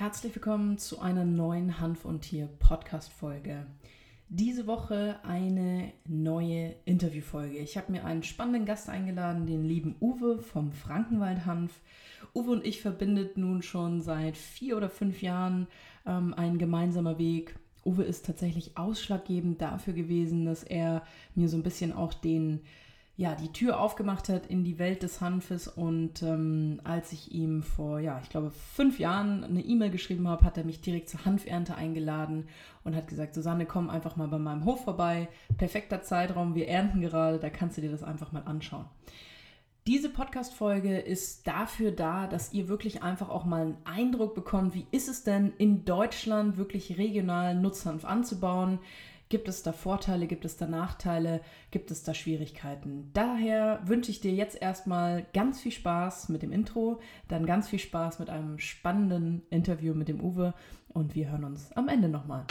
herzlich willkommen zu einer neuen Hanf und Tier Podcast-Folge. Diese Woche eine neue Interviewfolge. Ich habe mir einen spannenden Gast eingeladen, den lieben Uwe vom Frankenwald Hanf. Uwe und ich verbindet nun schon seit 4 oder 5 Jahren ein gemeinsamer Weg. Uwe ist tatsächlich ausschlaggebend dafür gewesen, dass er mir so ein bisschen auch die Tür aufgemacht hat in die Welt des Hanfes. Und als ich ihm vor, ich glaube 5 Jahren eine E-Mail geschrieben habe, hat er mich direkt zur Hanfernte eingeladen und hat gesagt, Susanne, komm einfach mal bei meinem Hof vorbei. Perfekter Zeitraum, wir ernten gerade, da kannst du dir das einfach mal anschauen. Diese Podcast-Folge ist dafür da, dass ihr wirklich einfach auch mal einen Eindruck bekommt, wie ist es denn in Deutschland wirklich regional Nutzhanf anzubauen. Gibt es da Vorteile, gibt es da Nachteile, gibt es da Schwierigkeiten? Daher wünsche ich dir jetzt erstmal ganz viel Spaß mit dem Intro, dann ganz viel Spaß mit einem spannenden Interview mit dem Uwe und wir hören uns am Ende nochmal.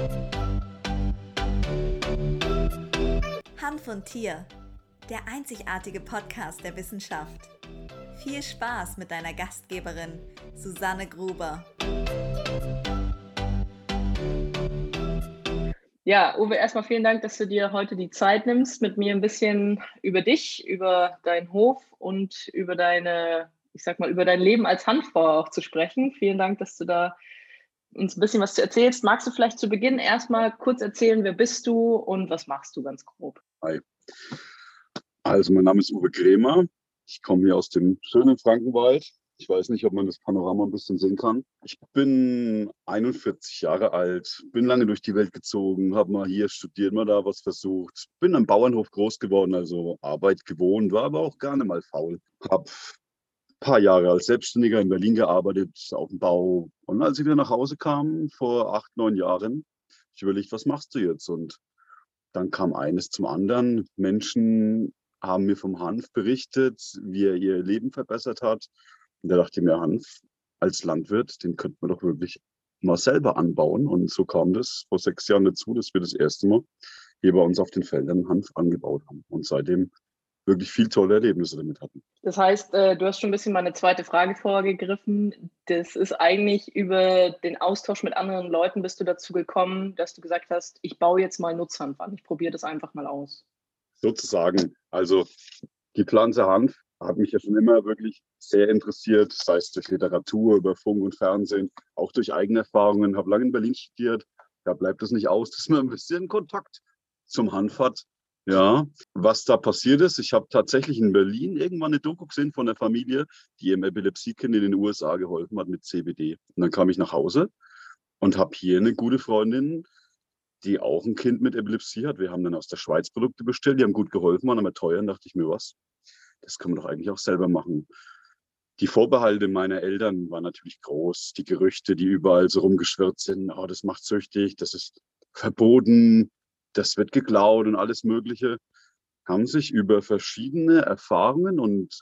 Hanf und Tier, der einzigartige Podcast der Wissenschaft. Viel Spaß mit deiner Gastgeberin Susanne Gruber. Ja, Uwe, erstmal vielen Dank, dass du dir heute die Zeit nimmst, mit mir ein bisschen über dich, über deinen Hof und über über dein Leben als Hanfbauer auch zu sprechen. Vielen Dank, dass du da uns ein bisschen was erzählst. Magst du vielleicht zu Beginn erstmal kurz erzählen, wer bist du und was machst du ganz grob? Hi. Also mein Name ist Uwe Krämer. Ich komme hier aus dem schönen Frankenwald. Ich weiß nicht, ob man das Panorama ein bisschen sehen kann. Ich bin 41 Jahre alt, bin lange durch die Welt gezogen, habe mal hier studiert, mal da was versucht. Bin am Bauernhof groß geworden, also Arbeit gewohnt, war aber auch gerne mal faul. Habe ein paar Jahre als Selbstständiger in Berlin gearbeitet, auf dem Bau. Und als ich wieder nach Hause kam, vor 8, 9 Jahren, ich überlegt, was machst du jetzt? Und dann kam eines zum anderen. Menschen haben mir vom Hanf berichtet, wie er ihr Leben verbessert hat. Und da dachte ich mir, Hanf als Landwirt, den könnte man doch wirklich mal selber anbauen. Und so kam das vor 6 Jahren dazu, dass wir das erste Mal hier bei uns auf den Feldern Hanf angebaut haben. Und seitdem wirklich viel tolle Erlebnisse damit hatten. Das heißt, du hast schon ein bisschen meine zweite Frage vorgegriffen. Das ist eigentlich über den Austausch mit anderen Leuten bist du dazu gekommen, dass du gesagt hast, ich baue jetzt mal Nutzhanf an. Ich probiere das einfach mal aus. Sozusagen. Also die Pflanze Hanf hat mich ja schon immer wirklich sehr interessiert, sei es durch Literatur, über Funk und Fernsehen, auch durch eigene Erfahrungen. Habe lange in Berlin studiert. Da bleibt es nicht aus, dass man ein bisschen Kontakt zum Hanf hat. Ja, was da passiert ist, ich habe tatsächlich in Berlin irgendwann eine Doku gesehen von einer Familie, die ihrem Epilepsiekind in den USA geholfen hat mit CBD. Und dann kam ich nach Hause und habe hier eine gute Freundin, die auch ein Kind mit Epilepsie hat. Wir haben dann aus der Schweiz Produkte bestellt, die haben gut geholfen, waren aber teuer. Und dachte ich mir, das kann man doch eigentlich auch selber machen. Die Vorbehalte meiner Eltern waren natürlich groß. Die Gerüchte, die überall so rumgeschwirrt sind, oh, das macht süchtig, das ist verboten, das wird geklaut und alles Mögliche, haben sich über verschiedene Erfahrungen und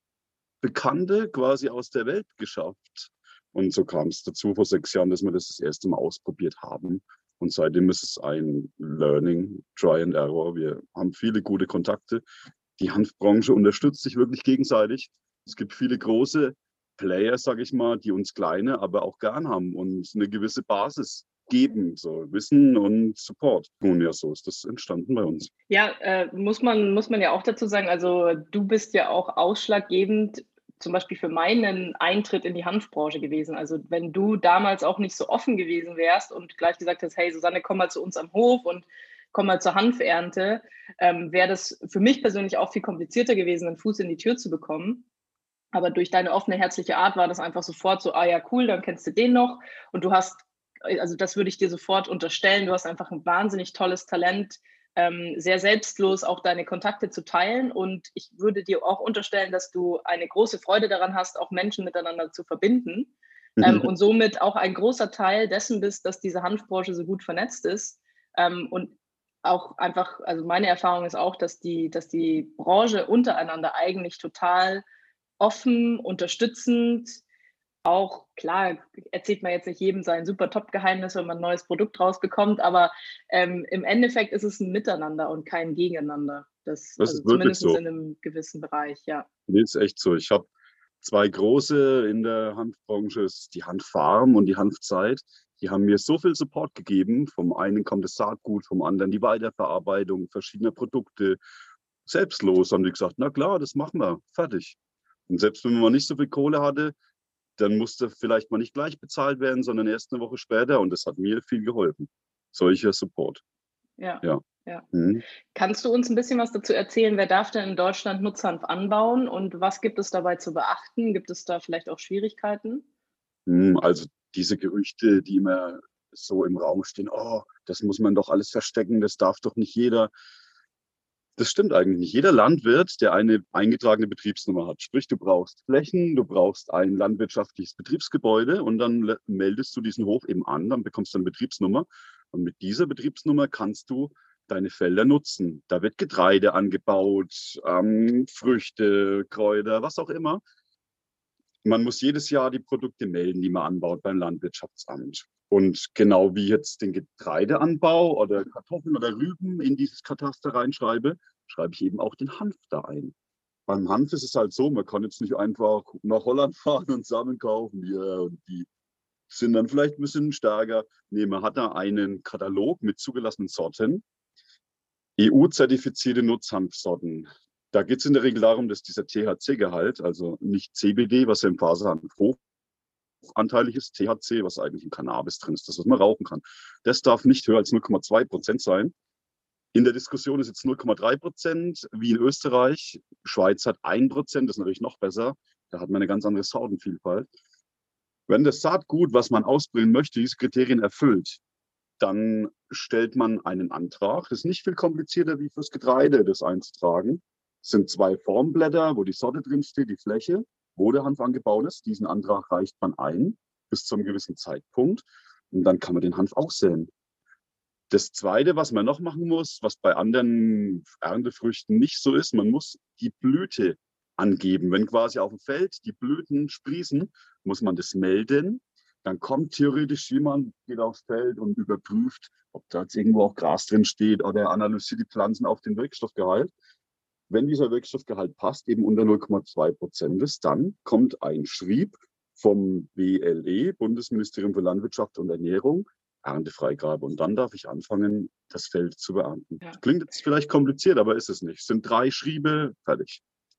Bekannte quasi aus der Welt geschafft. Und so kam es dazu vor 6 Jahren, dass wir das erste Mal ausprobiert haben. Und seitdem ist es ein Learning, Try and Error. Wir haben viele gute Kontakte. Die Hanfbranche unterstützt sich wirklich gegenseitig. Es gibt viele große Player, sage ich mal, die uns kleine, aber auch gern haben und eine gewisse Basis geben, so Wissen und Support. Und ja, so ist das entstanden bei uns. Ja, muss man ja auch dazu sagen, also du bist ja auch ausschlaggebend zum Beispiel für meinen Eintritt in die Hanfbranche gewesen. Also wenn du damals auch nicht so offen gewesen wärst und gleich gesagt hast, hey Susanne, komm mal zu uns am Hof und komm mal zur Hanfernte, wäre das für mich persönlich auch viel komplizierter gewesen, einen Fuß in die Tür zu bekommen. Aber durch deine offene, herzliche Art war das einfach sofort so, ah ja, cool, dann kennst du den noch. Und du hast, also das würde ich dir sofort unterstellen, du hast einfach ein wahnsinnig tolles Talent, sehr selbstlos auch deine Kontakte zu teilen. Und ich würde dir auch unterstellen, dass du eine große Freude daran hast, auch Menschen miteinander zu verbinden. Und somit auch ein großer Teil dessen bist, dass diese Hanfbranche so gut vernetzt ist. Und auch einfach, also meine Erfahrung ist auch, dass die Branche untereinander eigentlich total offen, unterstützend, auch klar erzählt man jetzt nicht jedem sein super Top-Geheimnis, wenn man ein neues Produkt rausbekommt, aber im Endeffekt ist es ein Miteinander und kein Gegeneinander. Das ist also wirklich zumindest so. in einem gewissen Bereich, ja. Nee, ist echt so. Ich habe Zwei große in der Hanfbranche ist die Hanffarm und die Hanfzeit. Die haben mir so viel Support gegeben. Vom einen kommt das Saatgut, vom anderen die Weiterverarbeitung verschiedener Produkte. Selbstlos haben die gesagt, na klar, das machen wir, fertig. Und selbst wenn man nicht so viel Kohle hatte, dann musste vielleicht mal nicht gleich bezahlt werden, sondern erst eine Woche später. Und das hat mir viel geholfen. Solcher Support. Ja. Ja. Ja. Mhm. Kannst du uns ein bisschen was dazu erzählen? Wer darf denn in Deutschland Nutzhanf anbauen und was gibt es dabei zu beachten? Gibt es da vielleicht auch Schwierigkeiten? Also diese Gerüchte, die immer so im Raum stehen, oh, das muss man doch alles verstecken, das darf doch nicht jeder. Das stimmt eigentlich nicht. Jeder Landwirt, der eine eingetragene Betriebsnummer hat, sprich, du brauchst Flächen, du brauchst ein landwirtschaftliches Betriebsgebäude und dann meldest du diesen Hof eben an, dann bekommst du eine Betriebsnummer und mit dieser Betriebsnummer kannst du deine Felder nutzen. Da wird Getreide angebaut, Früchte, Kräuter, was auch immer. Man muss jedes Jahr die Produkte melden, die man anbaut beim Landwirtschaftsamt. Und genau wie jetzt den Getreideanbau oder Kartoffeln oder Rüben in dieses Kataster reinschreibe, schreibe ich eben auch den Hanf da ein. Beim Hanf ist es halt so, man kann jetzt nicht einfach nach Holland fahren und Samen kaufen. Ja, und die sind dann vielleicht ein bisschen stärker. Nee, man hat da einen Katalog mit zugelassenen Sorten, EU-zertifizierte Nutzhanfsorten. Da geht es in der Regel darum, dass dieser THC-Gehalt, also nicht CBD, was ja im Faserhanf hochanteilig ist, THC, was eigentlich im Cannabis drin ist, das, was man rauchen kann, das darf nicht höher als 0,2% sein. In der Diskussion ist jetzt 0,3%, wie in Österreich. Schweiz hat 1%, das ist natürlich noch besser. Da hat man eine ganz andere Sortenvielfalt. Wenn das Saatgut, was man ausbringen möchte, diese Kriterien erfüllt, dann stellt man einen Antrag. Das ist nicht viel komplizierter wie fürs Getreide, das einzutragen. Es sind 2 Formblätter, wo die Sorte drinsteht, die Fläche, wo der Hanf angebaut ist. Diesen Antrag reicht man ein bis zu einem gewissen Zeitpunkt und dann kann man den Hanf auch säen. Das Zweite, was man noch machen muss, was bei anderen Erntefrüchten nicht so ist, man muss die Blüte angeben. Wenn quasi auf dem Feld die Blüten sprießen, muss man das melden. Dann kommt theoretisch jemand, geht aufs Feld und überprüft, ob da jetzt irgendwo auch Gras drin steht oder analysiert die Pflanzen auf den Wirkstoffgehalt. Wenn dieser Wirkstoffgehalt passt, eben unter 0,2% ist, dann kommt ein Schrieb vom BLE, Bundesministerium für Landwirtschaft und Ernährung, Erntefreigabe. Und dann darf ich anfangen, das Feld zu beernten. Ja. Klingt jetzt vielleicht kompliziert, aber ist es nicht. Es sind 3 Schriebe, fertig.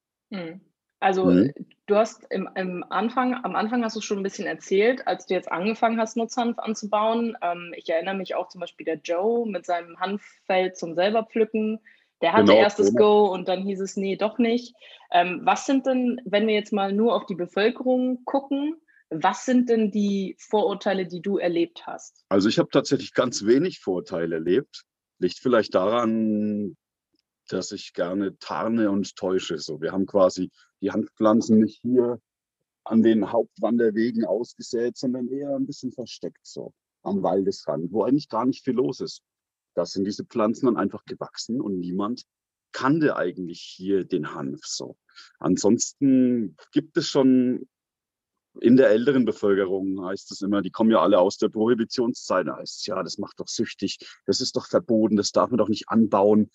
Also du hast am Anfang hast du schon ein bisschen erzählt, als du jetzt angefangen hast, Nutzhanf anzubauen. Ich erinnere mich auch zum Beispiel der Joe mit seinem Hanffeld zum selber pflücken. Der hatte Genau, erst das genau. Go und dann hieß es, nee, doch nicht. Was sind denn, wenn wir jetzt mal nur auf die Bevölkerung gucken, was sind denn die Vorurteile, die du erlebt hast? Also ich habe tatsächlich ganz wenig Vorteile erlebt. Liegt vielleicht daran, dass ich gerne tarne und täusche. So, wir haben quasi die Hanfpflanzen nicht hier an den Hauptwanderwegen ausgesät, sondern eher ein bisschen versteckt so am Waldesrand, wo eigentlich gar nicht viel los ist. Da sind diese Pflanzen dann einfach gewachsen und niemand kannte eigentlich hier den Hanf so. Ansonsten gibt es schon in der älteren Bevölkerung, heißt es immer, die kommen ja alle aus der Prohibitionszeit, da heißt es, ja, das macht doch süchtig, das ist doch verboten, das darf man doch nicht anbauen.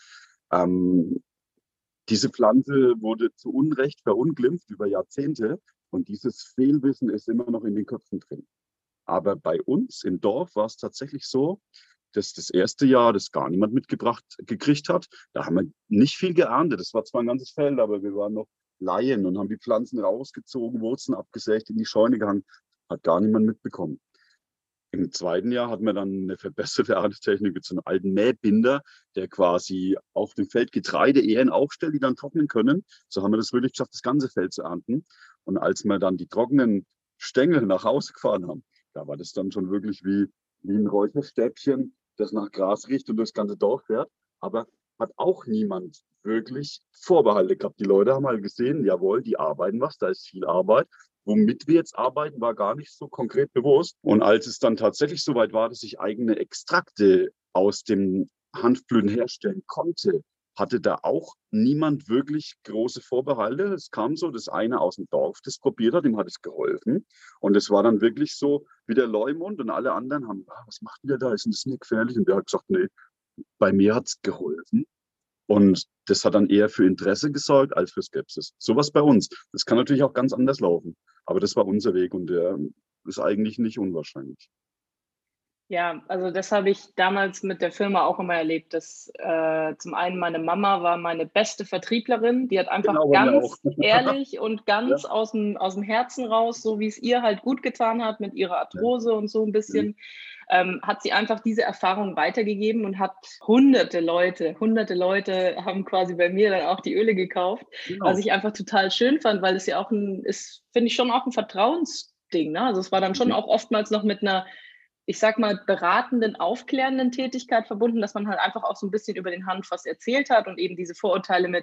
Diese Pflanze wurde zu Unrecht verunglimpft über Jahrzehnte und dieses Fehlwissen ist immer noch in den Köpfen drin. Aber bei uns im Dorf war es tatsächlich so, dass das erste Jahr das gar niemand gekriegt hat. Da haben wir nicht viel geerntet. Das war zwar ein ganzes Feld, aber wir waren noch Laien und haben die Pflanzen rausgezogen, Wurzeln abgesägt, in die Scheune gehangen. Hat gar niemand mitbekommen. Im zweiten Jahr hatten wir dann eine verbesserte Erntetechnik mit so einem alten Mähbinder, der quasi auf dem Feld Getreideähren aufstellt, die dann trocknen können. So haben wir das wirklich geschafft, das ganze Feld zu ernten. Und als wir dann die trockenen Stängel nach Hause gefahren haben, da war das dann schon wirklich wie ein Räucherstäbchen, das nach Gras riecht und durchs ganze Dorf fährt. Aber hat auch niemand wirklich Vorbehalte gehabt. Die Leute haben halt gesehen, jawohl, die arbeiten was, da ist viel Arbeit. Womit wir jetzt arbeiten, war gar nicht so konkret bewusst. Und als es dann tatsächlich soweit war, dass ich eigene Extrakte aus den Hanfblüten herstellen konnte, hatte da auch niemand wirklich große Vorbehalte. Es kam so, dass einer aus dem Dorf das probiert hat, dem hat es geholfen. Und es war dann wirklich so wie der Leumund und alle anderen haben, was macht ihr da, ist denn das nicht gefährlich? Und der hat gesagt, nee, bei mir hat es geholfen. Und das hat dann eher für Interesse gesorgt als für Skepsis. Sowas bei uns. Das kann natürlich auch ganz anders laufen. Aber das war unser Weg und der ist eigentlich nicht unwahrscheinlich. Ja, also das habe ich damals mit der Firma auch immer erlebt, dass zum einen meine Mama war meine beste Vertrieblerin, die hat einfach Genau, bei mir auch. ganz ehrlich und Ja. ganz aus dem Herzen raus, so wie es ihr halt gut getan hat mit ihrer Arthrose und so ein bisschen, hat sie einfach diese Erfahrung weitergegeben und hat hunderte Leute haben quasi bei mir dann auch die Öle gekauft, was Genau. ich einfach total schön fand, weil es ja auch ist, finde ich, schon auch ein Vertrauensding, ne? Also es war dann schon auch oftmals noch mit einer, ich sag mal, beratenden, aufklärenden Tätigkeit verbunden, dass man halt einfach auch so ein bisschen über den Hanf was erzählt hat und eben diese Vorurteile mit,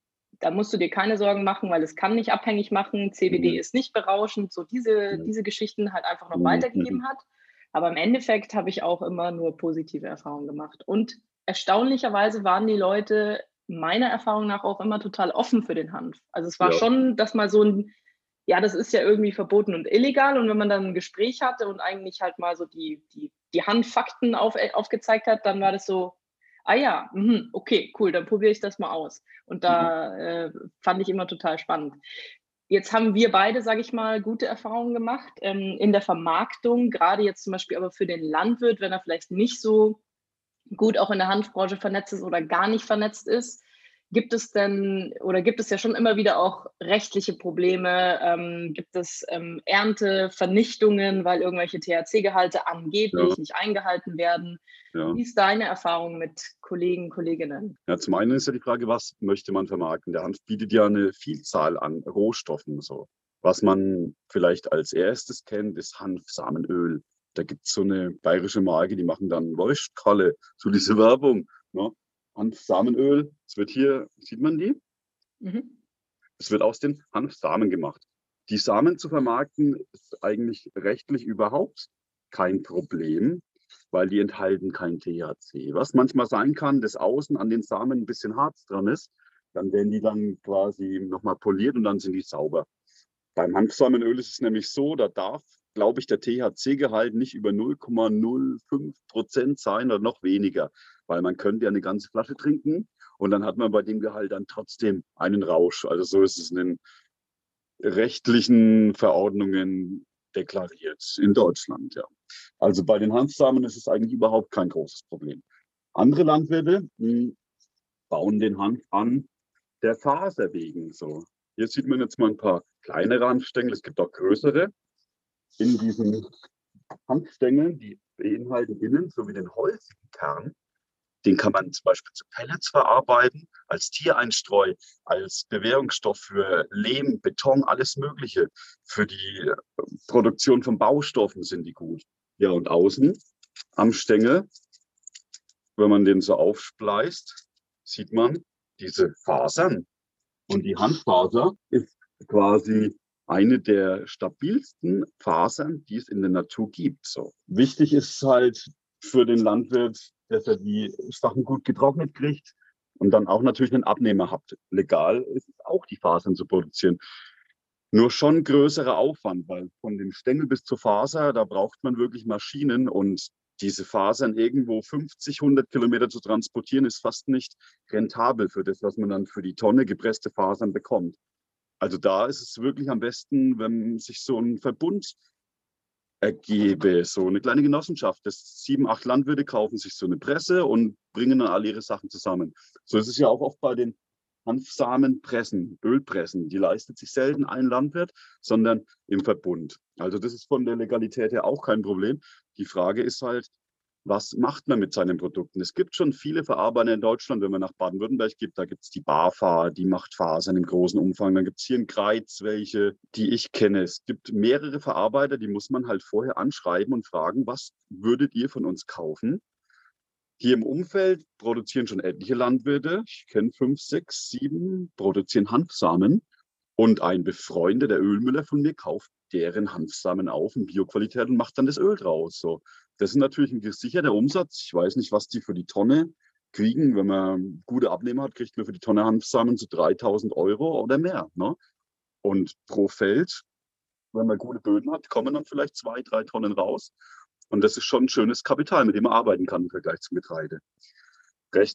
da musst du dir keine Sorgen machen, weil es kann nicht abhängig machen, CBD Mhm. ist nicht berauschend, so diese Geschichten halt einfach noch Mhm. weitergegeben hat. Aber im Endeffekt habe ich auch immer nur positive Erfahrungen gemacht. Und erstaunlicherweise waren die Leute meiner Erfahrung nach auch immer total offen für den Hanf. Also es war Ja, schon, dass mal so ein, ja, das ist ja irgendwie verboten und illegal. Und wenn man dann ein Gespräch hatte und eigentlich halt mal so die Handfakten aufgezeigt hat, dann war das so, ah ja, okay, cool, dann probiere ich das mal aus. Und genau. da fand ich immer total spannend. Jetzt haben wir beide, sage ich mal, gute Erfahrungen gemacht in der Vermarktung, gerade jetzt zum Beispiel aber für den Landwirt, wenn er vielleicht nicht so gut auch in der Hanfbranche vernetzt ist oder gar nicht vernetzt ist. Gibt es denn oder gibt es ja schon immer wieder auch rechtliche Probleme? Gibt es Erntevernichtungen, weil irgendwelche THC-Gehalte Ja, angeblich nicht eingehalten werden? ja. Wie ist deine Erfahrung mit Kollegen, Kolleginnen? Ja, zum einen ist ja die Frage, was möchte man vermarkten? Der Hanf bietet ja eine Vielzahl an Rohstoffen. So. Was man vielleicht als erstes kennt, ist Hanfsamenöl. Da gibt es so eine bayerische Marke, die machen dann Leuchtkolle, so diese Werbung. Ne? Hanfsamenöl, es wird hier, sieht man die? Mhm. Es wird aus den Hanfsamen gemacht. Die Samen zu vermarkten ist eigentlich rechtlich überhaupt kein Problem, weil die enthalten kein THC. Was manchmal sein kann, dass außen an den Samen ein bisschen Harz dran ist, dann werden die dann quasi nochmal poliert und dann sind die sauber. Beim Hanfsamenöl ist es nämlich so, da darf, glaube ich, der THC-Gehalt nicht über 0,05% sein oder noch weniger, weil man könnte ja eine ganze Flasche trinken und dann hat man bei dem Gehalt dann trotzdem einen Rausch. Also so ist es in den rechtlichen Verordnungen deklariert in Deutschland. Ja. Also bei den Hanfsamen ist es eigentlich überhaupt kein großes Problem. Andere Landwirte bauen den Hanf an der Faser wegen. So. Hier sieht man jetzt mal ein paar kleinere Hanfstängel, es gibt auch größere. In diesen Hanfstängeln, die beinhalten innen sowie den holzigen Kern, den kann man zum Beispiel zu Pellets verarbeiten, als Tiereinstreu, als Bewährungsstoff für Lehm, Beton, alles Mögliche. Für die Produktion von Baustoffen sind die gut. Ja, und außen am Stängel, wenn man den so aufspleißt, sieht man diese Fasern. Und die Hanffaser ist quasi eine der stabilsten Fasern, die es in der Natur gibt. So. Wichtig ist halt für den Landwirt, dass er die Sachen gut getrocknet kriegt und dann auch natürlich einen Abnehmer hat. Legal ist es auch, die Fasern zu produzieren. Nur schon größerer Aufwand, weil von dem Stängel bis zur Faser, da braucht man wirklich Maschinen und diese Fasern irgendwo 50, 100 Kilometer zu transportieren, ist fast nicht rentabel für das, was man dann für die Tonne gepresste Fasern bekommt. Also da ist es wirklich am besten, wenn sich so ein Verbund ergebe, so eine kleine Genossenschaft. Das 7, 8 Landwirte kaufen sich so eine Presse und bringen dann alle ihre Sachen zusammen. So ist es ja auch oft bei den Hanfsamenpressen, Ölpressen. Die leistet sich selten ein Landwirt, sondern im Verbund. Also das ist von der Legalität her auch kein Problem. Die Frage ist halt, was macht man mit seinen Produkten? Es gibt schon viele Verarbeiter in Deutschland, wenn man nach Baden-Württemberg geht, da gibt es die BAFA, die macht Fasern im großen Umfang. Dann gibt es hier in Greiz welche, die ich kenne. Es gibt mehrere Verarbeiter, die muss man halt vorher anschreiben und fragen, was würdet ihr von uns kaufen? Hier im Umfeld produzieren schon etliche Landwirte. Ich kenne 5, 6, 7, produzieren Hanfsamen. Und ein befreundeter Ölmüller von mir kauft deren Hanfsamen auf in Bioqualität und macht dann das Öl draus. So. Das ist natürlich ein gesicherter Umsatz. Ich weiß nicht, was die für die Tonne kriegen. Wenn man gute Abnehmer hat, kriegt man für die Tonne Hanfsamen zu 3.000 Euro oder mehr. Ne? Und pro Feld, wenn man gute Böden hat, kommen dann vielleicht 2, 3 Tonnen raus. Und das ist schon ein schönes Kapital, mit dem man arbeiten kann im Vergleich zum Getreide. Rechtlich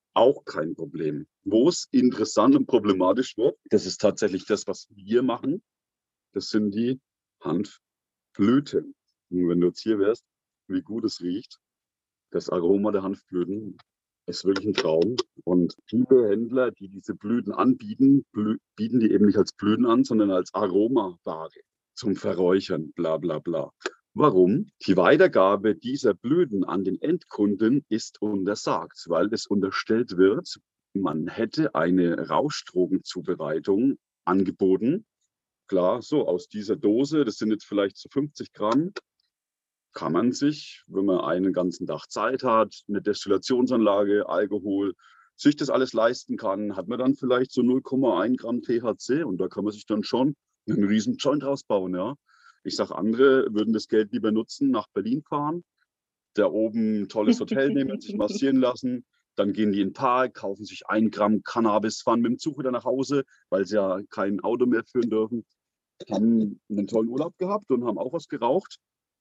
auch kein Problem. Wo es interessant und problematisch wird, das ist tatsächlich das, was wir machen. Das sind die Hanfblüten. Und wenn du jetzt hier wärst, wie gut es riecht, das Aroma der Hanfblüten ist wirklich ein Traum. Und viele Händler, die diese Blüten anbieten, bieten die eben nicht als Blüten an, sondern als Aromaware zum Verräuchern, bla bla bla. Warum? Die Weitergabe dieser Blüten an den Endkunden ist untersagt, weil es unterstellt wird, man hätte eine Rauschdrogenzubereitung angeboten. Klar, so aus dieser Dose, das sind jetzt vielleicht so 50 Gramm, kann man sich, wenn man einen ganzen Tag Zeit hat, eine Destillationsanlage, Alkohol, sich das alles leisten kann, hat man dann vielleicht so 0,1 Gramm THC und da kann man sich dann schon einen riesen Joint rausbauen, ja. Ich sage, andere würden das Geld lieber nutzen, nach Berlin fahren, da oben ein tolles Hotel nehmen, sich massieren lassen, dann gehen die in den Park, kaufen sich 1 Gramm Cannabis, fahren mit dem Zug wieder nach Hause, weil sie ja kein Auto mehr führen dürfen, haben einen tollen Urlaub gehabt und haben auch was geraucht.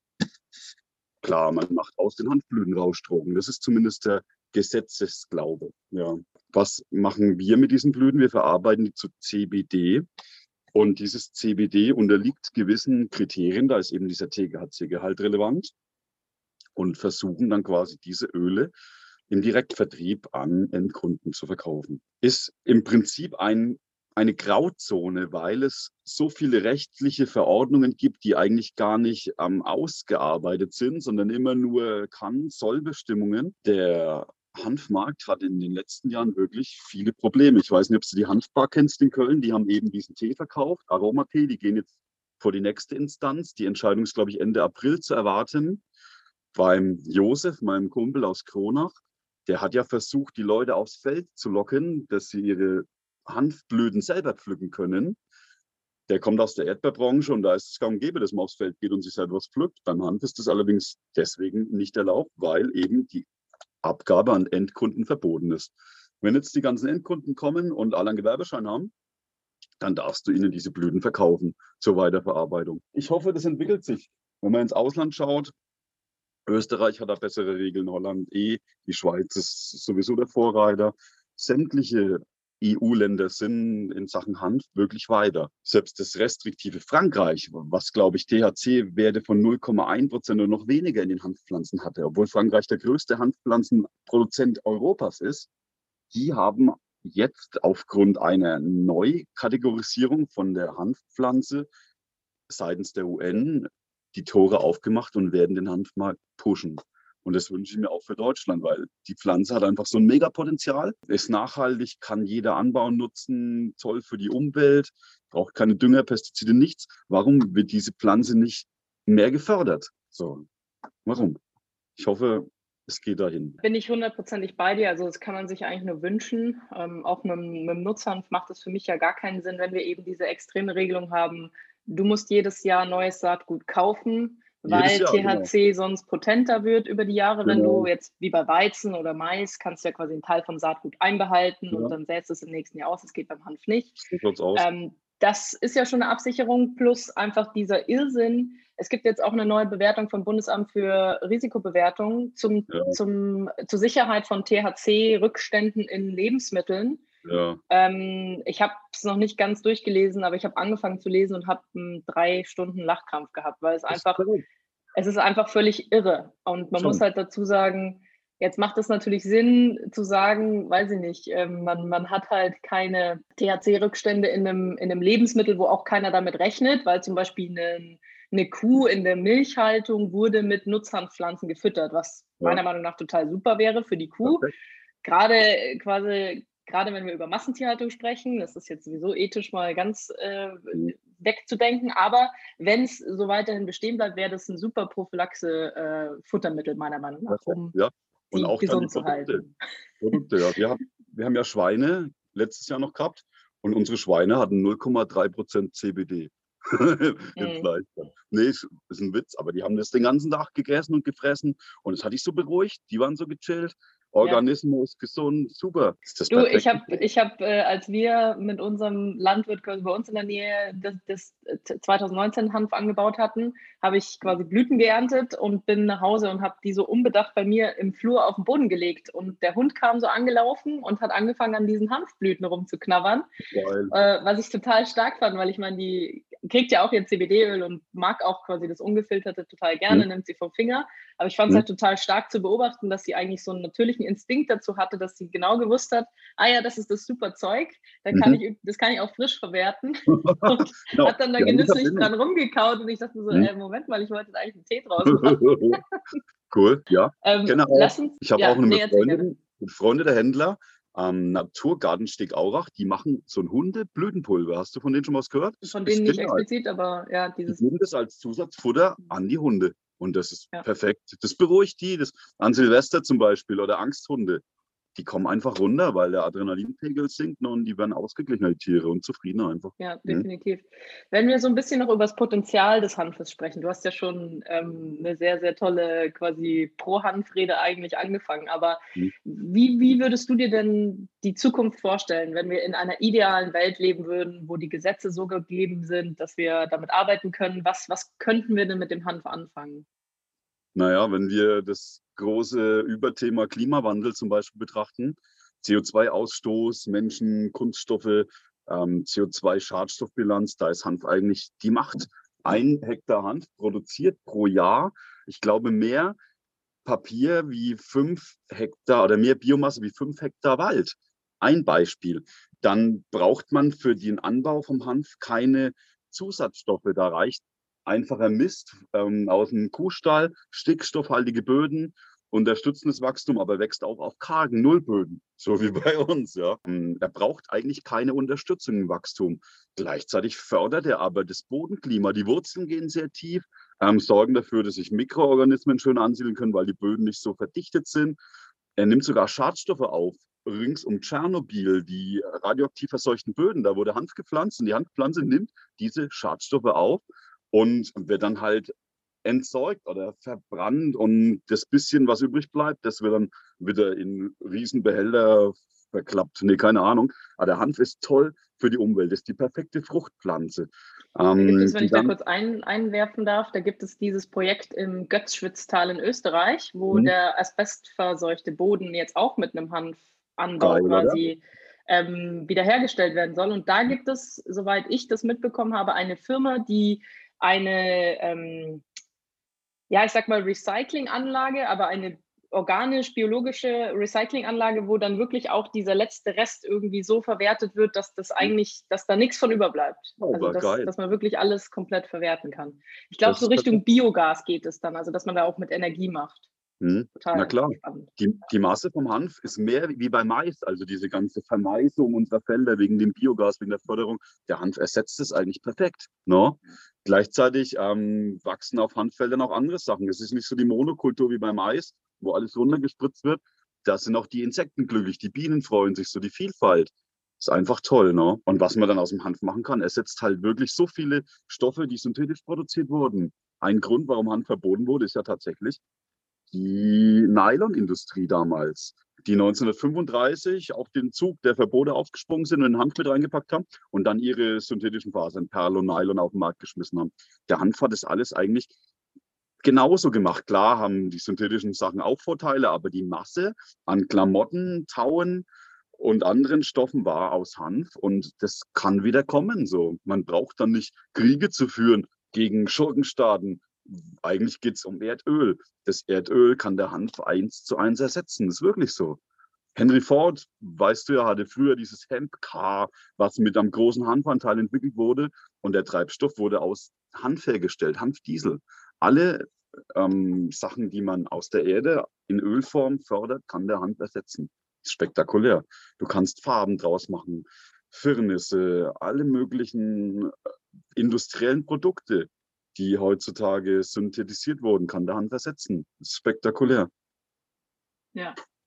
Klar, man macht aus den Hanfblüten Rauschdrogen. Das ist zumindest der Gesetzesglaube. Ja. Was machen wir mit diesen Blüten? Wir verarbeiten die zu CBD. Und dieses CBD unterliegt gewissen Kriterien. Da ist eben dieser THC-Gehalt relevant. Und versuchen dann quasi diese Öle im Direktvertrieb an Endkunden zu verkaufen. Ist im Prinzip eine Grauzone, weil es so viele rechtliche Verordnungen gibt, die eigentlich gar nicht ausgearbeitet sind, sondern immer nur Sollbestimmungen. Der Hanfmarkt hat in den letzten Jahren wirklich viele Probleme. Ich weiß nicht, ob du die Hanfbar kennst in Köln. Die haben eben diesen Tee verkauft, Aromatee. Die gehen jetzt vor die nächste Instanz. Die Entscheidung ist, glaube ich, Ende April zu erwarten. Beim Josef, meinem Kumpel aus Kronach, der hat ja versucht, die Leute aufs Feld zu locken, dass sie ihre Hanfblüten selber pflücken können. Der kommt aus der Erdbeerbranche und da ist es gang und gäbe, dass man aufs Feld geht und sich selber was pflückt. Beim Hanf ist das allerdings deswegen nicht erlaubt, weil eben die Abgabe an Endkunden verboten ist. Wenn jetzt die ganzen Endkunden kommen und alle einen Gewerbeschein haben, dann darfst du ihnen diese Blüten verkaufen zur Weiterverarbeitung. Ich hoffe, das entwickelt sich. Wenn man ins Ausland schaut, Österreich hat da bessere Regeln, Holland die Schweiz ist sowieso der Vorreiter. Sämtliche EU-Länder sind in Sachen Hanf wirklich weiter. Selbst das restriktive Frankreich, was, glaube ich, THC-Werte von 0,1% oder noch weniger in den Hanfpflanzen hatte, obwohl Frankreich der größte Hanfpflanzenproduzent Europas ist, die haben jetzt aufgrund einer Neukategorisierung von der Hanfpflanze seitens der UN die Tore aufgemacht und werden den Hanfmarkt pushen. Und das wünsche ich mir auch für Deutschland, weil die Pflanze hat einfach so ein Megapotenzial, ist nachhaltig, kann jeder anbauen, nutzen, toll für die Umwelt, braucht keine Dünger, Pestizide, nichts. Warum wird diese Pflanze nicht mehr gefördert? So, warum? Ich hoffe, es geht dahin. Bin ich 100%ig bei dir. Also das kann man sich eigentlich nur wünschen. Auch mit dem Nutzhanf macht es für mich ja gar keinen Sinn, wenn wir eben diese extreme Regelung haben. Du musst jedes Jahr neues Saatgut kaufen, weil THC sonst potenter wird über die Jahre. Wenn du jetzt wie bei Weizen oder Mais, kannst du ja quasi einen Teil vom Saatgut einbehalten und dann säst es im nächsten Jahr aus. Das geht beim Hanf nicht. Das ist ja schon eine Absicherung plus einfach dieser Irrsinn. Es gibt jetzt auch eine neue Bewertung vom Bundesamt für Risikobewertung zur Sicherheit von THC-Rückständen in Lebensmitteln. Ja. Ich habe es noch nicht ganz durchgelesen, aber ich habe angefangen zu lesen und habe 3 Stunden Lachkrampf gehabt, weil es ist einfach völlig irre. Und man muss halt dazu sagen, jetzt macht es natürlich Sinn zu sagen, weiß ich nicht, man hat halt keine THC-Rückstände in einem Lebensmittel, wo auch keiner damit rechnet, weil zum Beispiel eine Kuh in der Milchhaltung wurde mit Nutzhanfpflanzen gefüttert, was meiner Meinung nach total super wäre für die Kuh. Gerade wenn wir über Massentierhaltung sprechen, das ist jetzt sowieso ethisch mal ganz wegzudenken, aber wenn es so weiterhin bestehen bleibt, wäre das ein super Prophylaxe-Futtermittel meiner Meinung nach, um und auch gesund zu halten. Produkte, ja. Wir haben ja Schweine letztes Jahr noch gehabt und unsere Schweine hatten 0,3% CBD im Fleisch. Nee, ist ein Witz, aber die haben das den ganzen Tag gegessen und gefressen und es hat dich so beruhigt, die waren so gechillt Organismus, gesund, super. Ist das Du, perfekt? ich hab, als wir mit unserem Landwirt quasi bei uns in der Nähe das 2019 Hanf angebaut hatten, habe ich quasi Blüten geerntet und bin nach Hause und habe die so unbedacht bei mir im Flur auf den Boden gelegt. Und der Hund kam so angelaufen und hat angefangen, an diesen Hanfblüten rumzuknabbern, Geil. was ich total stark fand, weil ich meine, die kriegt ja auch ihr CBD-Öl und mag auch quasi das Ungefilterte total Hm, gerne, nimmt sie vom Finger. Aber ich fand es hm. halt total stark zu beobachten, dass sie eigentlich so einen natürlichen Instinkt dazu hatte, dass sie genau gewusst hat, ah ja, das ist das super Zeug, Mhm. das kann ich auch frisch verwerten. Und Genau, hat dann da die haben die genüsslich Verbindung. dran rumgekaut und ich dachte so, Hm. Moment mal, ich wollte jetzt eigentlich einen Tee draus machen. Cool, ja. Kenne auch. Lass uns, Ich habe auch ja, eine nee, erzähl gerne. befreundete Händler am Naturgarten Steg-Aurach, die machen so ein Hundeblütenpulver. Hast du von denen schon was gehört? Das Von denen ist nicht genial. explizit, aber ja, Die geben das als Zusatzfutter an die Hunde. Und das ist ja. perfekt. Das beruhigt die. Das, an Silvester zum Beispiel oder Angsthunde. Die kommen einfach runter, weil der Adrenalinpegel sinkt, ne, und die werden ausgeglichener, die Tiere, und zufriedener einfach. Ja, Hm? definitiv. Wenn wir so ein bisschen noch über das Potenzial des Hanfes sprechen, du hast ja schon eine sehr, sehr tolle quasi Pro-Hanf-Rede eigentlich angefangen, aber Hm. wie würdest du dir denn die Zukunft vorstellen, wenn wir in einer idealen Welt leben würden, wo die Gesetze so gegeben sind, dass wir damit arbeiten können? Was könnten wir denn mit dem Hanf anfangen? Naja, wenn wir das große Überthema Klimawandel zum Beispiel betrachten, CO2-Ausstoß, Menschen, Kunststoffe, CO2-Schadstoffbilanz, da ist Hanf eigentlich die Macht. 1 Hektar Hanf produziert pro Jahr, ich glaube, mehr Papier wie 5 Hektar oder mehr Biomasse wie 5 Hektar Wald. Ein Beispiel. Dann braucht man für den Anbau vom Hanf keine Zusatzstoffe. Da reicht einfacher Mist aus dem Kuhstall, stickstoffhaltige Böden, unterstützendes Wachstum, aber wächst auch auf kargen Nullböden, so wie bei uns. Ja. Er braucht eigentlich keine Unterstützung im Wachstum. Gleichzeitig fördert er aber das Bodenklima. Die Wurzeln gehen sehr tief, sorgen dafür, dass sich Mikroorganismen schön ansiedeln können, weil die Böden nicht so verdichtet sind. Er nimmt sogar Schadstoffe auf. Rings um Tschernobyl, die radioaktiv verseuchten Böden, da wurde Hanf gepflanzt und die Hanfpflanze nimmt diese Schadstoffe auf und wird dann halt entsorgt oder verbrannt, und das bisschen, was übrig bleibt, das wird dann wieder in Riesenbehälter verklappt. Nee, keine Ahnung. Aber der Hanf ist toll für die Umwelt. Das ist die perfekte Fruchtpflanze. Da gibt es, wenn Die ich da dann, kurz einwerfen darf, da gibt es dieses Projekt im Götzschwitztal in Österreich, wo hm, der asbestverseuchte Boden jetzt auch mit einem Hanfanbau geil, oder? quasi wiederhergestellt werden soll. Und da gibt es, soweit ich das mitbekommen habe, eine Firma, die eine, ja, ich sag mal Recyclinganlage, aber eine organisch-biologische Recyclinganlage, wo dann wirklich auch dieser letzte Rest irgendwie so verwertet wird, dass das eigentlich, dass da nichts von überbleibt. Also Aber geil. dass man wirklich alles komplett verwerten kann. Ich glaube, Das so ist perfekt. Richtung Biogas geht es dann, also dass man da auch mit Energie macht. Na Total klar. spannend. Die Masse vom Hanf ist mehr wie bei Mais, also diese ganze Vermaisung unserer Felder wegen dem Biogas, wegen der Förderung. Der Hanf ersetzt es eigentlich perfekt. No? Gleichzeitig wachsen auf Hanffeldern auch andere Sachen. Es ist nicht so die Monokultur wie bei Mais, wo alles runtergespritzt wird. Da sind auch die Insekten glücklich, die Bienen freuen sich, so die Vielfalt. Ist einfach toll, ne? Und was man dann aus dem Hanf machen kann, ersetzt halt wirklich so viele Stoffe, die synthetisch produziert wurden. Ein Grund, warum Hanf verboten wurde, ist ja tatsächlich die Nylonindustrie damals, die 1935 auf den Zug der Verbote aufgesprungen sind und den Hanf mit reingepackt haben und dann ihre synthetischen Fasern, Perl und Nylon, auf den Markt geschmissen haben. Der Hanf hat das alles eigentlich genauso gemacht. Klar haben die synthetischen Sachen auch Vorteile, aber die Masse an Klamotten, Tauen und anderen Stoffen war aus Hanf, und das kann wieder kommen. So. Man braucht dann nicht Kriege zu führen gegen Schurkenstaaten. Eigentlich geht es um Erdöl. Das Erdöl kann der Hanf 1:1 ersetzen. Das ist wirklich so. Henry Ford, weißt du ja, hatte früher dieses Hemp Car, was mit einem großen Hanfanteil entwickelt wurde, und der Treibstoff wurde aus Hanf hergestellt, Hanfdiesel. Alle Sachen, die man aus der Erde in Ölform fördert, kann der Hanf ersetzen. Das ist spektakulär. Du kannst Farben draus machen, Firnisse, alle möglichen industriellen Produkte, die heutzutage synthetisiert wurden, kann der Hanf ersetzen. Das ist spektakulär. Ja.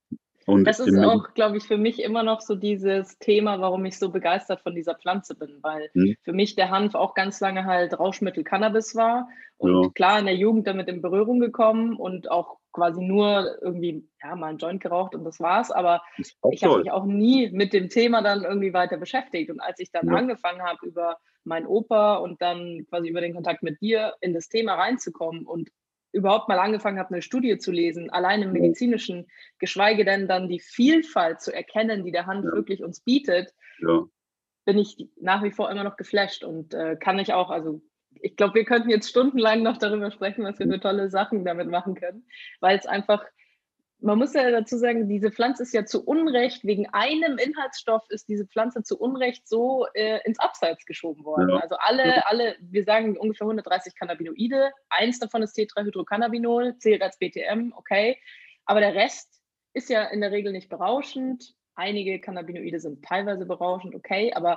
Und Das ist auch, glaube ich, für mich immer noch so dieses Thema, warum ich so begeistert von dieser Pflanze bin, weil für mich der Hanf auch ganz lange halt Rauschmittel Cannabis war und klar in der Jugend damit in Berührung gekommen und auch quasi nur irgendwie, ja, mal einen Joint geraucht und das war's, aber ich habe mich auch nie mit dem Thema dann irgendwie weiter beschäftigt und als ich dann angefangen habe, über meinen Opa und dann quasi über den Kontakt mit dir in das Thema reinzukommen und überhaupt mal angefangen habe, eine Studie zu lesen, allein im medizinischen, geschweige denn dann die Vielfalt zu erkennen, die der Hanf wirklich uns bietet, bin ich nach wie vor immer noch geflasht und kann ich auch, also ich glaube, wir könnten jetzt stundenlang noch darüber sprechen, was wir für tolle Sachen damit machen können, weil es einfach, man muss ja dazu sagen, diese Pflanze ist ja zu Unrecht, wegen einem Inhaltsstoff ist diese Pflanze zu Unrecht so ins Abseits geschoben worden. Ja. Also alle, wir sagen ungefähr 130 Cannabinoide, eins davon ist Tetrahydrocannabinol, zählt als BTM, okay, aber der Rest ist ja in der Regel nicht berauschend. Einige Cannabinoide sind teilweise berauschend, okay, aber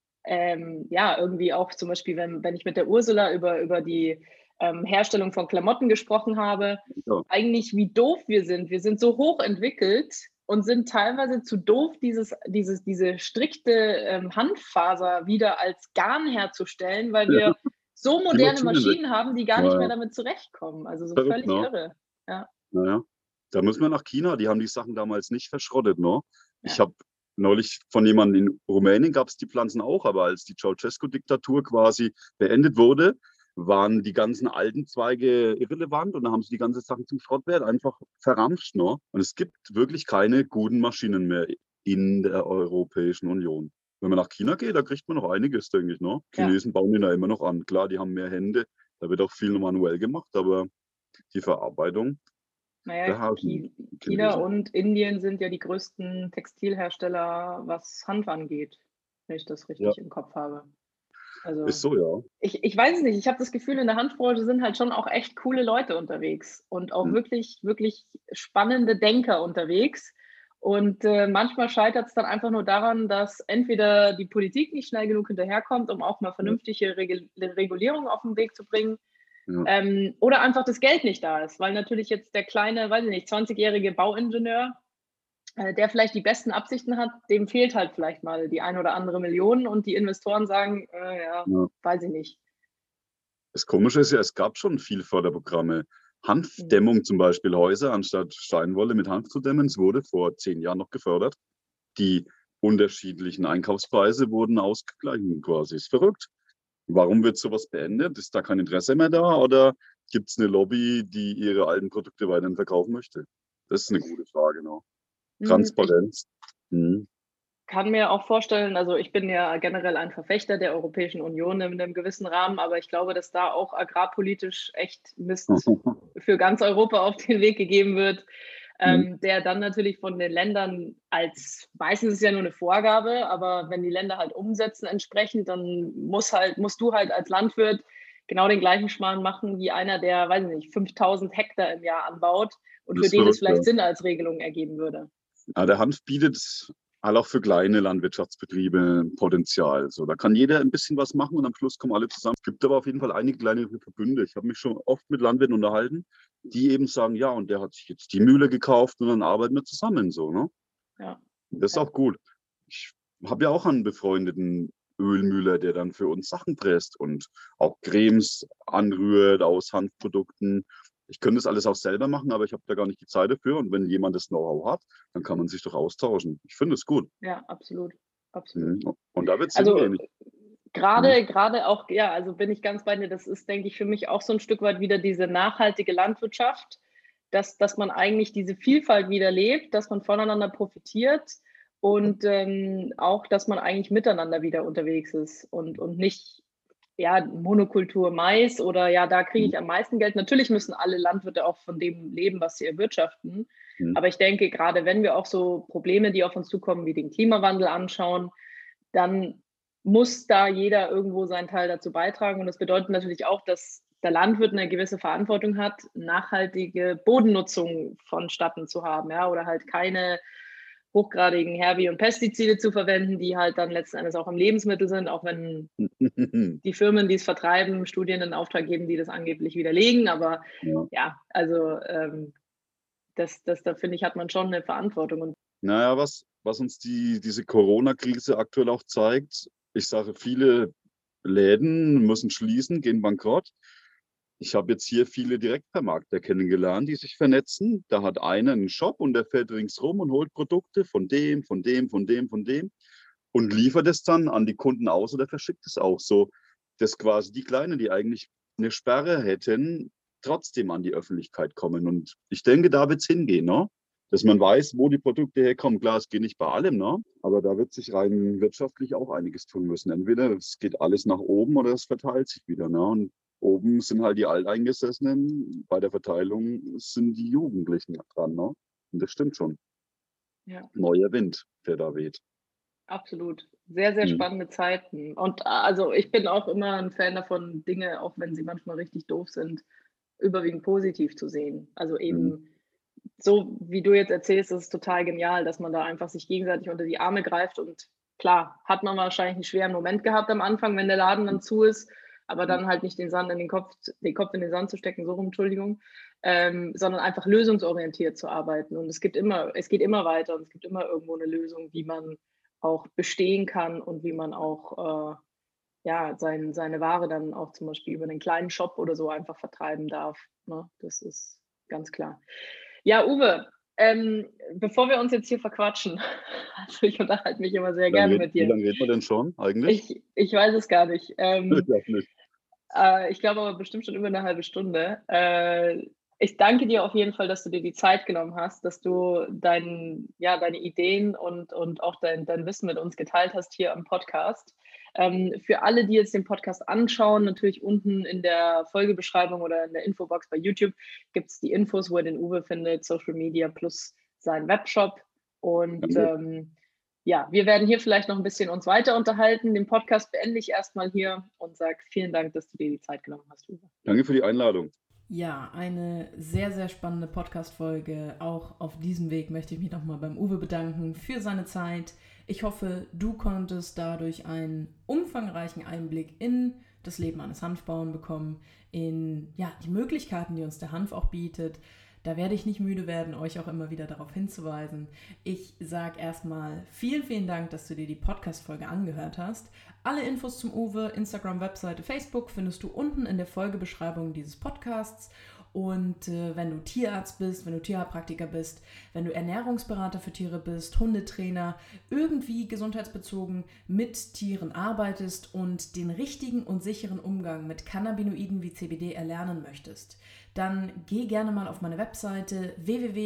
ja, irgendwie auch zum Beispiel, wenn ich mit der Ursula über die Herstellung von Klamotten gesprochen habe, eigentlich wie doof wir sind. Wir sind so hoch entwickelt und sind teilweise zu doof, diese strikte Hanffaser wieder als Garn herzustellen, weil wir so moderne Maschinen haben, die gar nicht mehr damit zurechtkommen. Also so völlig irre. Ja. Naja, da müssen wir nach China. Die haben die Sachen damals nicht verschrottet, ne? Ich habe neulich von jemandem in Rumänien gab es die Pflanzen auch, aber als die Ceausescu-Diktatur quasi beendet wurde, waren die ganzen alten Zweige irrelevant und dann haben sie die ganzen Sachen zum Schrottwert einfach verramscht. Ne? Und es gibt wirklich keine guten Maschinen mehr in der Europäischen Union. Wenn man nach China geht, da kriegt man noch einiges, denke ich. Ne? Chinesen bauen den da immer noch an. Klar, die haben mehr Hände, da wird auch viel manuell gemacht, aber die Verarbeitung. Naja, China und Indien sind ja die größten Textilhersteller, was Hanf angeht, wenn ich das richtig im Kopf habe. Also, ist so, ja. Ich weiß es nicht. Ich habe das Gefühl, in der Hanfbranche sind halt schon auch echt coole Leute unterwegs und auch wirklich, wirklich spannende Denker unterwegs. Und manchmal scheitert es dann einfach nur daran, dass entweder die Politik nicht schnell genug hinterherkommt, um auch mal vernünftige Regulierung auf den Weg zu bringen, oder einfach das Geld nicht da ist, weil natürlich jetzt der kleine, weiß ich nicht, 20-jährige Bauingenieur, der vielleicht die besten Absichten hat, dem fehlt halt vielleicht mal die ein oder andere Million und die Investoren sagen, weiß ich nicht. Das Komische ist ja, es gab schon viele Förderprogramme. Hanfdämmung zum Beispiel, Häuser anstatt Steinwolle mit Hanf zu dämmen, es wurde vor 10 Jahren noch gefördert. Die unterschiedlichen Einkaufspreise wurden ausgeglichen quasi. Ist verrückt. Warum wird sowas beendet? Ist da kein Interesse mehr da oder gibt es eine Lobby, die ihre alten Produkte weiterhin verkaufen möchte? Das ist eine gute Frage, genau. Transparenz. Kann mir auch vorstellen, also ich bin ja generell ein Verfechter der Europäischen Union in einem gewissen Rahmen, aber ich glaube, dass da auch agrarpolitisch echt Mist für ganz Europa auf den Weg gegeben wird, der dann natürlich von den Ländern als, meistens ist es ja nur eine Vorgabe, aber wenn die Länder halt umsetzen entsprechend, dann musst du halt als Landwirt genau den gleichen Schmarrn machen wie einer, der, weiß ich nicht, 5000 Hektar im Jahr anbaut und für den es vielleicht Sinn als Regelung ergeben würde. Ja, der Hanf bietet auch für kleine Landwirtschaftsbetriebe Potenzial. So, da kann jeder ein bisschen was machen und am Schluss kommen alle zusammen. Es gibt aber auf jeden Fall einige kleine Verbünde. Ich habe mich schon oft mit Landwirten unterhalten, die eben sagen, ja, und der hat sich jetzt die Mühle gekauft und dann arbeiten wir zusammen so. Ne? Ja. Das ist auch gut. Ich habe ja auch einen befreundeten Ölmühler, der dann für uns Sachen presst und auch Cremes anrührt aus Hanfprodukten. Ich könnte das alles auch selber machen, aber ich habe da gar nicht die Zeit dafür. Und wenn jemand das Know-how hat, dann kann man sich doch austauschen. Ich finde es gut. Ja, absolut. Und da wird es hingehen. Gerade auch, ja, also bin ich ganz bei dir. Das ist, denke ich, für mich auch so ein Stück weit wieder diese nachhaltige Landwirtschaft, dass man eigentlich diese Vielfalt wieder lebt, dass man voneinander profitiert und auch, dass man eigentlich miteinander wieder unterwegs ist und nicht Monokultur Mais oder da kriege ich am meisten Geld. Natürlich müssen alle Landwirte auch von dem leben, was sie erwirtschaften. Aber ich denke, gerade wenn wir auch so Probleme, die auf uns zukommen, wie den Klimawandel anschauen, dann muss da jeder irgendwo seinen Teil dazu beitragen. Und das bedeutet natürlich auch, dass der Landwirt eine gewisse Verantwortung hat, nachhaltige Bodennutzung vonstatten zu haben, oder halt keine hochgradigen Herbi- und Pestizide zu verwenden, die halt dann letzten Endes auch im Lebensmittel sind, auch wenn die Firmen, die es vertreiben, Studien in Auftrag geben, die das angeblich widerlegen. Aber da finde ich, hat man schon eine Verantwortung. Und Naja, was uns diese Corona-Krise aktuell auch zeigt, ich sage, viele Läden müssen schließen, gehen bankrott. Ich habe jetzt hier viele Direktvermarkter kennengelernt, die sich vernetzen. Da hat einer einen Shop und der fährt ringsrum und holt Produkte von dem, von dem, von dem, von dem und liefert es dann an die Kunden aus oder verschickt es auch so, dass quasi die Kleinen, die eigentlich eine Sperre hätten, trotzdem an die Öffentlichkeit kommen. Und ich denke, da wird es hingehen, ne? Dass man weiß, wo die Produkte herkommen. Klar, es geht nicht bei allem, ne? Aber da wird sich rein wirtschaftlich auch einiges tun müssen. Entweder es geht alles nach oben oder es verteilt sich wieder, ne? Und oben sind halt die Alteingesessenen, bei der Verteilung sind die Jugendlichen dran, ne? Und das stimmt schon. Ja. Neuer Wind, der da weht. Absolut. Sehr, sehr Mhm. spannende Zeiten. Und also ich bin auch immer ein Fan davon, Dinge, auch wenn sie manchmal richtig doof sind, überwiegend positiv zu sehen. Also Mhm. eben so, wie du jetzt erzählst, ist es total genial, dass man da einfach sich gegenseitig unter die Arme greift. Und klar, hat man wahrscheinlich einen schweren Moment gehabt am Anfang, wenn der Laden dann zu ist, aber dann halt nicht den Kopf in den Sand zu stecken, so rum, Entschuldigung, sondern einfach lösungsorientiert zu arbeiten. Und es geht immer weiter und es gibt immer irgendwo eine Lösung, wie man auch bestehen kann und wie man auch ja, seine Ware dann auch zum Beispiel über einen kleinen Shop oder so einfach vertreiben darf. Ne? Das ist ganz klar. Ja, Uwe, bevor wir uns jetzt hier verquatschen, also ich unterhalte mich immer sehr gerne mit Wie dir. lange reden wir denn schon eigentlich? Ich weiß es gar nicht. Ich auch nicht. Ich glaube aber bestimmt schon über eine halbe Stunde. Ich danke dir auf jeden Fall, dass du dir die Zeit genommen hast, dass du deine Ideen und auch dein Wissen mit uns geteilt hast hier am Podcast. Für alle, die jetzt den Podcast anschauen, natürlich unten in der Folgebeschreibung oder in der Infobox bei YouTube gibt es die Infos, wo ihr den Uwe findet, Social Media plus seinen Webshop. Und ja, wir werden hier vielleicht noch ein bisschen uns weiter unterhalten. Den Podcast beende ich erstmal hier und sage vielen Dank, dass du dir die Zeit genommen hast, Uwe. Danke für die Einladung. Ja, eine sehr, sehr spannende Podcast-Folge. Auch auf diesem Weg möchte ich mich nochmal beim Uwe bedanken für seine Zeit. Ich hoffe, du konntest dadurch einen umfangreichen Einblick in das Leben eines Hanfbauern bekommen, in die Möglichkeiten, die uns der Hanf auch bietet. Da werde ich nicht müde werden, euch auch immer wieder darauf hinzuweisen. Ich sage erstmal vielen, vielen Dank, dass du dir die Podcast-Folge angehört hast. Alle Infos zum Uwe, Instagram, Webseite, Facebook findest du unten in der Folgebeschreibung dieses Podcasts. Und wenn du Tierarzt bist, wenn du Tierheilpraktiker bist, wenn du Ernährungsberater für Tiere bist, Hundetrainer, irgendwie gesundheitsbezogen mit Tieren arbeitest und den richtigen und sicheren Umgang mit Cannabinoiden wie CBD erlernen möchtest, dann geh gerne mal auf meine Webseite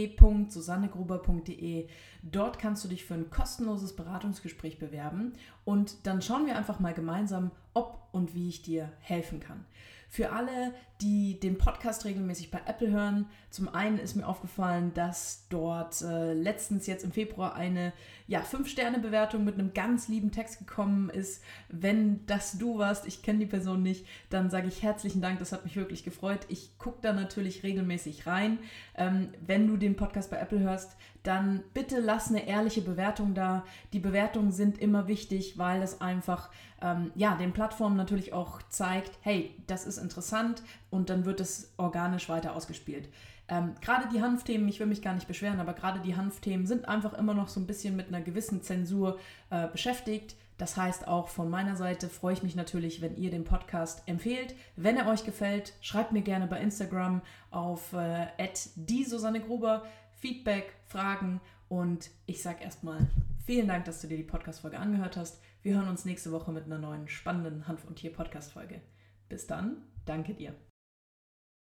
www.susannegruber.de. Dort kannst du dich für ein kostenloses Beratungsgespräch bewerben und dann schauen wir einfach mal gemeinsam, ob und wie ich dir helfen kann. Für alle, die den Podcast regelmäßig bei Apple hören, zum einen ist mir aufgefallen, dass dort letztens jetzt im Februar eine 5-Sterne-Bewertung mit einem ganz lieben Text gekommen ist. Wenn das du warst, ich kenne die Person nicht, dann sage ich herzlichen Dank, das hat mich wirklich gefreut. Ich gucke da natürlich regelmäßig rein. Wenn du den Podcast bei Apple hörst, dann bitte lass eine ehrliche Bewertung da. Die Bewertungen sind immer wichtig, weil es einfach den Plattformen natürlich auch zeigt, hey, das ist interessant und dann wird es organisch weiter ausgespielt. Gerade die Hanfthemen, ich will mich gar nicht beschweren, aber gerade die Hanfthemen sind einfach immer noch so ein bisschen mit einer gewissen Zensur beschäftigt. Das heißt, auch von meiner Seite freue ich mich natürlich, wenn ihr den Podcast empfehlt. Wenn er euch gefällt, schreibt mir gerne bei Instagram auf @die-Susanne-Gruber Feedback, Fragen und ich sage erstmal vielen Dank, dass du dir die Podcast-Folge angehört hast. Wir hören uns nächste Woche mit einer neuen spannenden Hanf- und Tier-Podcast-Folge. Bis dann, danke dir.